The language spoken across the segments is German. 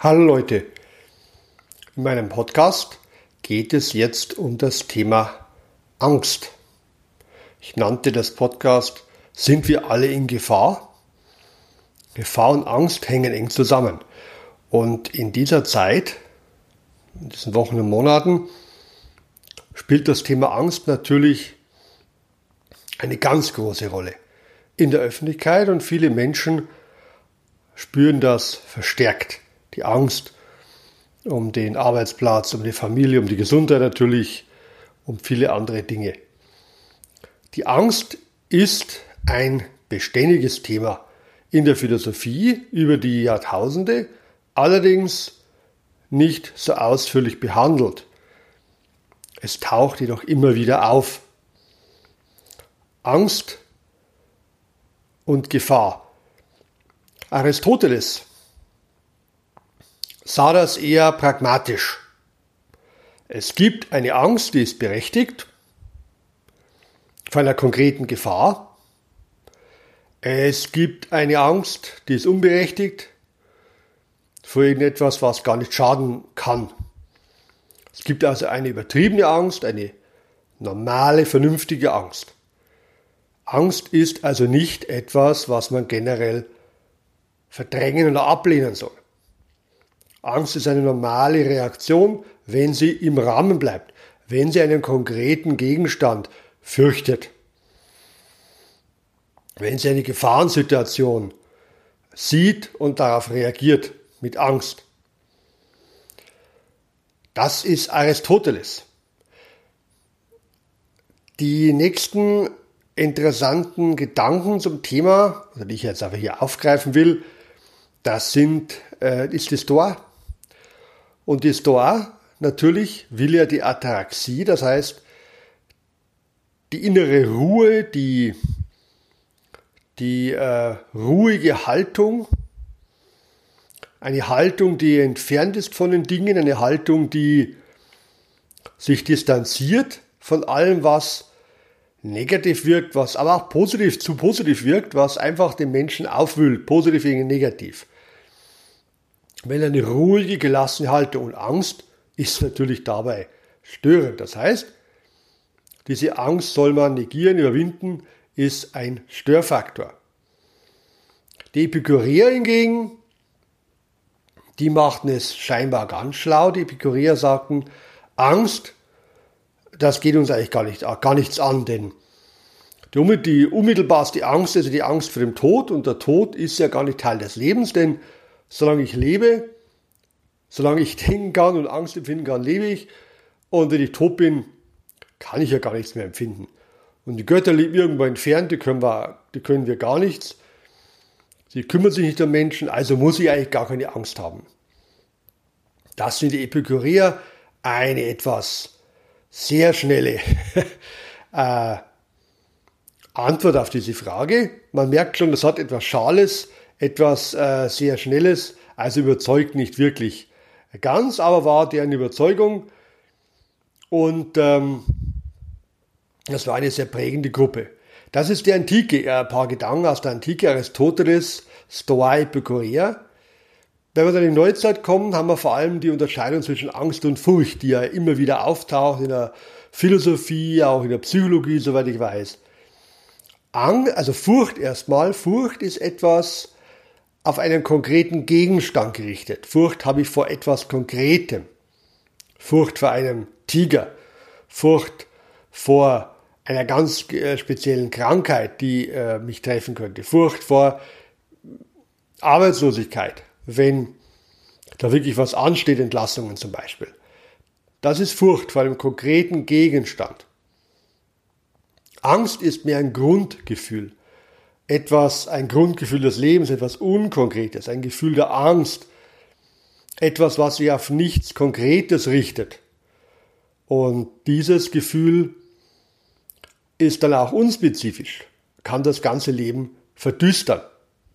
Hallo Leute, in meinem Podcast geht es jetzt um das Thema Angst. Ich nannte das Podcast Sind wir alle in Gefahr? Gefahr und Angst hängen eng zusammen. Und in dieser Zeit, in diesen Wochen und Monaten, spielt das Thema Angst natürlich eine ganz große Rolle in der Öffentlichkeit und viele Menschen spüren das verstärkt. Die Angst um den Arbeitsplatz, um die Familie, um die Gesundheit natürlich, um viele andere Dinge. Die Angst ist ein beständiges Thema in der Philosophie über die Jahrtausende, allerdings nicht so ausführlich behandelt. Es taucht jedoch immer wieder auf. Angst und Gefahr. Aristoteles sah das eher pragmatisch. Es gibt eine Angst, die ist berechtigt, vor einer konkreten Gefahr. Es gibt eine Angst, die ist unberechtigt, vor irgendetwas, was gar nicht schaden kann. Es gibt also eine übertriebene Angst, eine normale, vernünftige Angst. Angst ist also nicht etwas, was man generell verdrängen oder ablehnen soll. Angst ist eine normale Reaktion, wenn sie im Rahmen bleibt, wenn sie einen konkreten Gegenstand fürchtet. Wenn sie eine Gefahrensituation sieht und darauf reagiert mit Angst. Das ist Aristoteles. Die nächsten interessanten Gedanken zum Thema, die ich jetzt aber hier aufgreifen will, ist die Stoa. Und die Stoa natürlich will ja die Ataraxie, das heißt die innere Ruhe, die ruhige Haltung, eine Haltung, die entfernt ist von den Dingen, eine Haltung, die sich distanziert von allem, was negativ wirkt, was aber auch zu positiv wirkt, was einfach den Menschen aufwühlt, positiv gegen negativ. Wenn eine ruhige, gelassene Haltung und Angst ist natürlich dabei störend. Das heißt, diese Angst soll man negieren, überwinden, ist ein Störfaktor. Die Epikureer hingegen, die machten es scheinbar ganz schlau. Die Epikureer sagten, Angst, das geht uns eigentlich gar nichts an, denn die unmittelbarste Angst, also die Angst vor dem Tod, und der Tod ist ja gar nicht Teil des Lebens, denn solange ich lebe, solange ich denken kann und Angst empfinden kann, lebe ich, und wenn ich tot bin, kann ich ja gar nichts mehr empfinden. Und die Götter leben irgendwo entfernt, die können wir gar nichts. Sie kümmern sich nicht um Menschen, also muss ich eigentlich gar keine Angst haben. Das sind die Epikureer, eine etwas sehr schnelle Antwort auf diese Frage. Man merkt schon, das hat etwas Schales, etwas sehr Schnelles, also überzeugt nicht wirklich ganz, aber war deren Überzeugung. Und das war eine sehr prägende Gruppe. Das ist die Antike, ein paar Gedanken aus der Antike, Aristoteles, Stoa, Epikureer. Wenn wir dann in die Neuzeit kommen, haben wir vor allem die Unterscheidung zwischen Angst und Furcht, die ja immer wieder auftaucht in der Philosophie, auch in der Psychologie, soweit ich weiß. Also Furcht erstmal. Furcht ist etwas auf einen konkreten Gegenstand gerichtet. Furcht habe ich vor etwas Konkretem. Furcht vor einem Tiger. Furcht vor einer ganz speziellen Krankheit, die mich treffen könnte. Furcht vor Arbeitslosigkeit, wenn da wirklich was ansteht, Entlassungen zum Beispiel. Das ist Furcht vor einem konkreten Gegenstand. Angst ist mehr ein Grundgefühl. Ein Grundgefühl des Lebens, etwas Unkonkretes, ein Gefühl der Angst. Etwas, was sich auf nichts Konkretes richtet. Und dieses Gefühl ist dann auch unspezifisch, kann das ganze Leben verdüstern.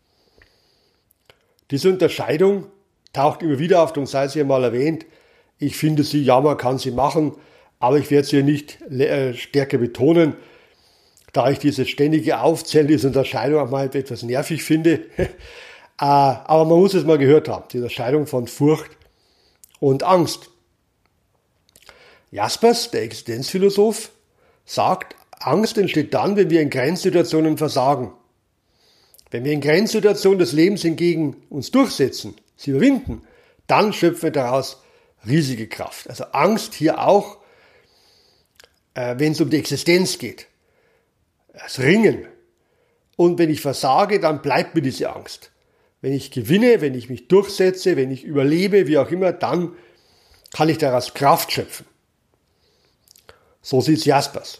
Diese Unterscheidung taucht immer wieder auf, und sei sie einmal erwähnt. Ich finde sie, ja, man kann sie machen, aber ich werde sie nicht stärker betonen, da ich diese ständige Aufzählung dieser Unterscheidung auch mal etwas nervig finde. Aber man muss es mal gehört haben, die Unterscheidung von Furcht und Angst. Jaspers, der Existenzphilosoph, sagt, Angst entsteht dann, wenn wir in Grenzsituationen versagen. Wenn wir in Grenzsituationen des Lebens hingegen uns durchsetzen, sie überwinden, dann schöpfen wir daraus riesige Kraft. Also Angst hier auch, wenn es um die Existenz geht. Das Ringen. Und wenn ich versage, dann bleibt mir diese Angst. Wenn ich gewinne, wenn ich mich durchsetze, wenn ich überlebe, wie auch immer, dann kann ich daraus Kraft schöpfen. So sieht Jaspers.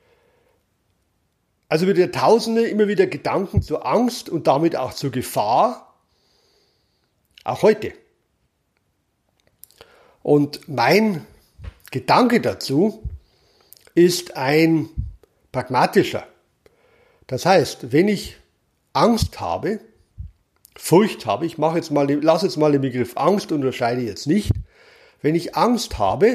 Also wird der Tausende immer wieder Gedanken zur Angst und damit auch zur Gefahr, auch heute. Und mein Gedanke dazu ist ein pragmatischer. Das heißt, wenn ich Angst habe, Furcht habe, lass jetzt mal den Begriff Angst, unterscheide jetzt nicht. Wenn ich Angst habe,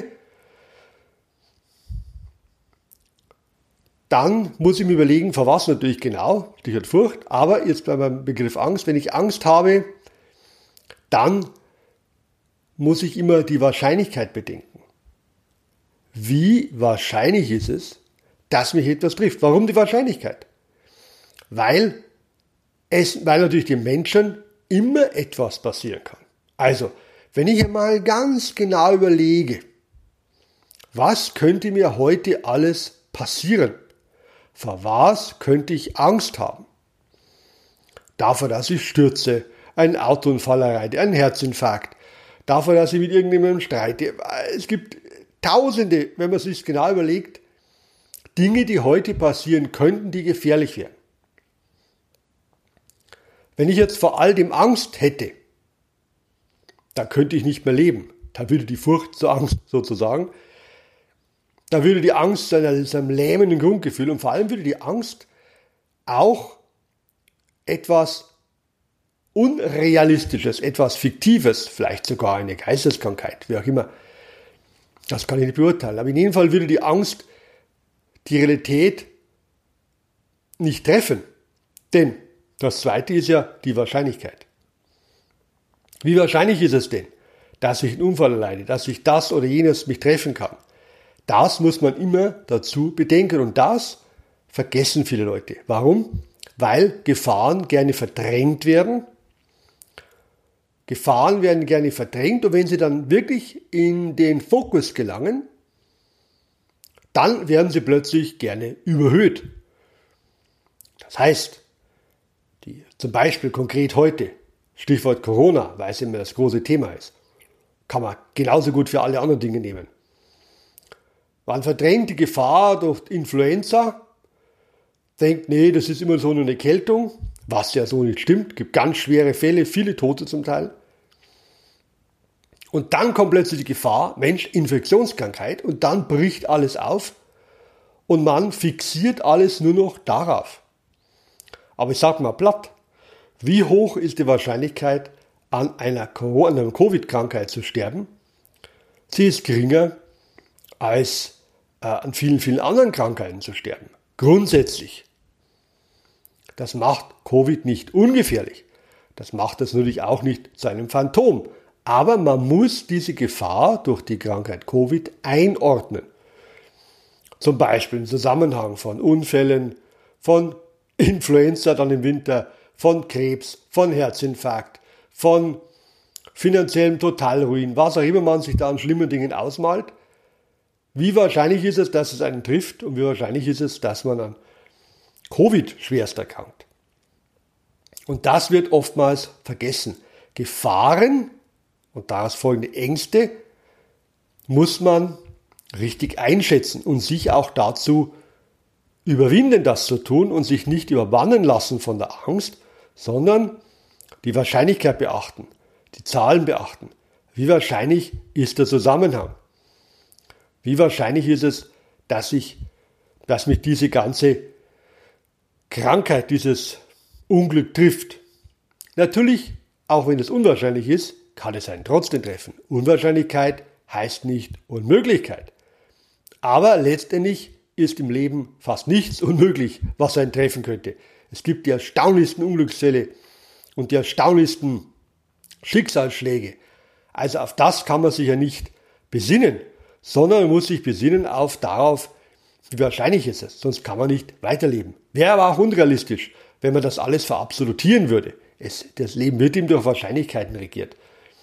dann muss ich mir überlegen, vor was natürlich genau, Stichwort Furcht, aber jetzt bei meinem Begriff Angst, wenn ich Angst habe, dann muss ich immer die Wahrscheinlichkeit bedenken. Wie wahrscheinlich ist es, dass mich etwas trifft? Warum die Wahrscheinlichkeit? Weil natürlich dem Menschen immer etwas passieren kann. Also, wenn ich einmal ganz genau überlege, was könnte mir heute alles passieren? Vor was könnte ich Angst haben? Davor, dass ich stürze, einen Autounfall erleide, einen Herzinfarkt, davor, dass ich mit irgendjemandem streite. Es gibt Tausende, wenn man sich genau überlegt, Dinge, die heute passieren könnten, die gefährlich wären. Wenn ich jetzt vor all dem Angst hätte, dann könnte ich nicht mehr leben. Da würde die Furcht zur Angst sozusagen. Da würde die Angst zu einem lähmenden Grundgefühl und vor allem würde die Angst auch etwas Unrealistisches, etwas Fiktives, vielleicht sogar eine Geisteskrankheit, wie auch immer. Das kann ich nicht beurteilen. Aber in jedem Fall würde die Angst die Realität nicht treffen. Denn das Zweite ist ja die Wahrscheinlichkeit. Wie wahrscheinlich ist es denn, dass ich einen Unfall erleide, dass ich das oder jenes mich treffen kann? Das muss man immer dazu bedenken und das vergessen viele Leute. Warum? Weil Gefahren gerne verdrängt werden. Gefahren werden gerne verdrängt und wenn sie dann wirklich in den Fokus gelangen, dann werden sie plötzlich gerne überhöht. Das heißt, zum Beispiel konkret heute, Stichwort Corona, weil es immer das große Thema ist, kann man genauso gut für alle anderen Dinge nehmen. Man verdrängt die Gefahr durch Influenza, denkt, nee, das ist immer so nur eine Erkältung, was ja so nicht stimmt, gibt ganz schwere Fälle, viele Tote zum Teil. Und dann kommt plötzlich die Gefahr, Mensch, Infektionskrankheit, und dann bricht alles auf und man fixiert alles nur noch darauf. Aber ich sage mal platt, wie hoch ist die Wahrscheinlichkeit, an einer Covid-Krankheit zu sterben? Sie ist geringer als an vielen, vielen anderen Krankheiten zu sterben. Grundsätzlich. Das macht Covid nicht ungefährlich. Das macht es natürlich auch nicht zu einem Phantom. Aber man muss diese Gefahr durch die Krankheit Covid einordnen. Zum Beispiel im Zusammenhang von Unfällen, von Influenza dann im Winter, von Krebs, von Herzinfarkt, von finanziellem Totalruin, was auch immer man sich da an schlimmen Dingen ausmalt. Wie wahrscheinlich ist es, dass es einen trifft und wie wahrscheinlich ist es, dass man an Covid schwerst erkrankt? Und das wird oftmals vergessen. Gefahren und daraus folgende Ängste muss man richtig einschätzen und sich auch dazu überwinden, das zu tun und sich nicht übermannen lassen von der Angst, sondern die Wahrscheinlichkeit beachten, die Zahlen beachten. Wie wahrscheinlich ist der Zusammenhang? Wie wahrscheinlich ist es, dass mich diese ganze Krankheit, dieses Unglück trifft? Natürlich, auch wenn es unwahrscheinlich ist, kann es einen trotzdem treffen. Unwahrscheinlichkeit heißt nicht Unmöglichkeit. Aber letztendlich ist im Leben fast nichts unmöglich, was einen treffen könnte. Es gibt die erstaunlichsten Unglücksfälle und die erstaunlichsten Schicksalsschläge. Also auf das kann man sich ja nicht besinnen, sondern man muss sich besinnen darauf, wie wahrscheinlich ist es, sonst kann man nicht weiterleben. Wäre aber auch unrealistisch, wenn man das alles verabsolutieren würde. Das Leben wird ihm durch Wahrscheinlichkeiten regiert.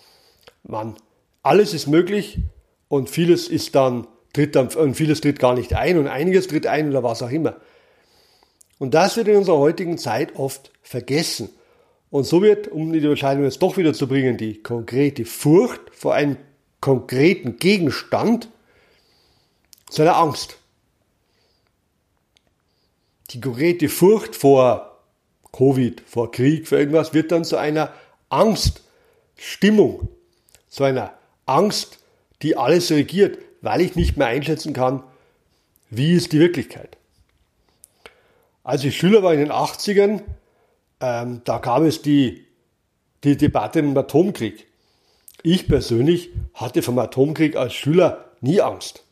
Alles ist möglich und vieles tritt gar nicht ein und einiges tritt ein oder was auch immer. Und das wird in unserer heutigen Zeit oft vergessen. Und so wird, um die Unterscheidung jetzt doch wieder zu bringen, die konkrete Furcht vor einem konkreten Gegenstand zu einer Angst. Die konkrete Furcht vor Covid, vor Krieg, vor irgendwas wird dann zu einer Angststimmung, zu einer Angst, die alles regiert, weil ich nicht mehr einschätzen kann, wie ist die Wirklichkeit. Als ich Schüler war in den 80ern, da gab es die Debatte um den Atomkrieg. Ich persönlich hatte vom Atomkrieg als Schüler nie Angst.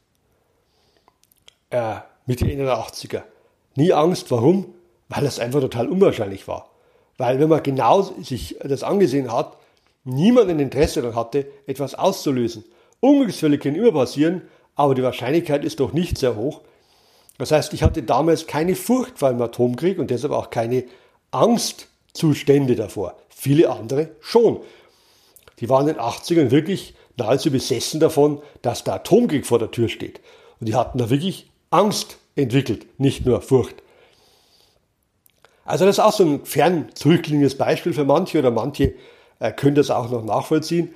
Mitte Ende der 80er. Nie Angst. Warum? Weil das einfach total unwahrscheinlich war. Weil wenn man genau sich das angesehen hat, niemand ein Interesse daran hatte, etwas auszulösen. Unglücksfälle können immer passieren, aber die Wahrscheinlichkeit ist doch nicht sehr hoch. Das heißt, ich hatte damals keine Furcht vor dem Atomkrieg und deshalb auch keine Angstzustände davor. Viele andere schon. Die waren in den 80ern wirklich nahezu besessen davon, dass der Atomkrieg vor der Tür steht. Und die hatten da wirklich Angst entwickelt, nicht nur Furcht. Also das ist auch so ein fern zurückliegendes Beispiel für manche oder manche können das auch noch nachvollziehen.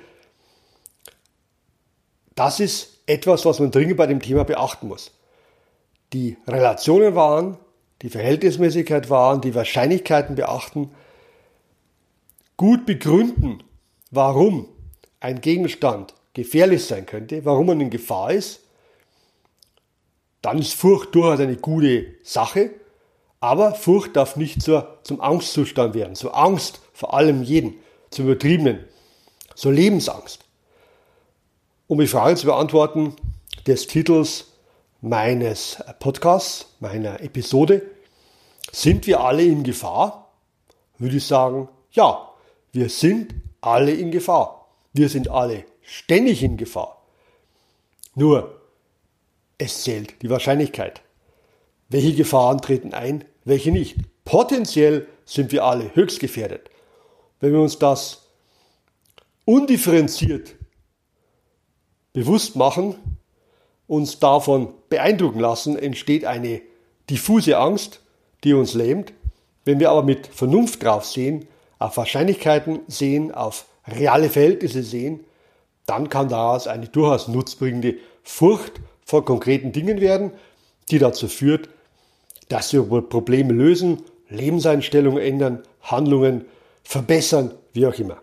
Das ist etwas, was man dringend bei dem Thema beachten muss. Die Relationen wahren, die Verhältnismäßigkeit wahren, die Wahrscheinlichkeiten beachten, gut begründen, warum ein Gegenstand gefährlich sein könnte, warum man in Gefahr ist, dann ist Furcht durchaus eine gute Sache, aber Furcht darf nicht zum Angstzustand werden, zur Angst vor allem jeden, zum Übertriebenen, zur Lebensangst. Um die Frage zu beantworten des Titels meines Podcasts, meiner Episode, sind wir alle in Gefahr? Würde ich sagen, ja, wir sind alle in Gefahr. Wir sind alle ständig in Gefahr. Nur, es zählt die Wahrscheinlichkeit. Welche Gefahren treten ein, welche nicht? Potenziell sind wir alle höchst gefährdet. Wenn wir uns das undifferenziert bewusst machen, uns davon beeindrucken lassen, entsteht eine diffuse Angst, die uns lähmt. Wenn wir aber mit Vernunft drauf sehen, auf Wahrscheinlichkeiten sehen, auf reale Verhältnisse sehen, dann kann daraus eine durchaus nutzbringende Furcht vor konkreten Dingen werden, die dazu führt, dass wir Probleme lösen, Lebenseinstellungen ändern, Handlungen verbessern, wie auch immer.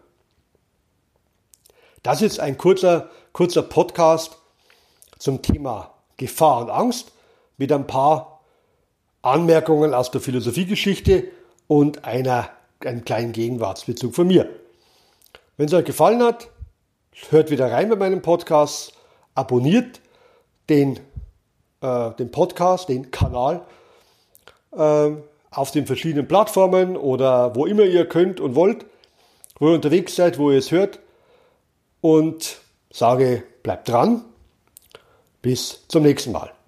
Das ist ein kurzer Podcast zum Thema Gefahr und Angst mit ein paar Anmerkungen aus der Philosophiegeschichte und einem kleinen Gegenwartsbezug von mir. Wenn es euch gefallen hat, hört wieder rein bei meinem Podcast, abonniert den Podcast, den Kanal auf den verschiedenen Plattformen oder wo immer ihr könnt und wollt, wo ihr unterwegs seid, wo ihr es hört und sage, bleibt dran. Bis zum nächsten Mal.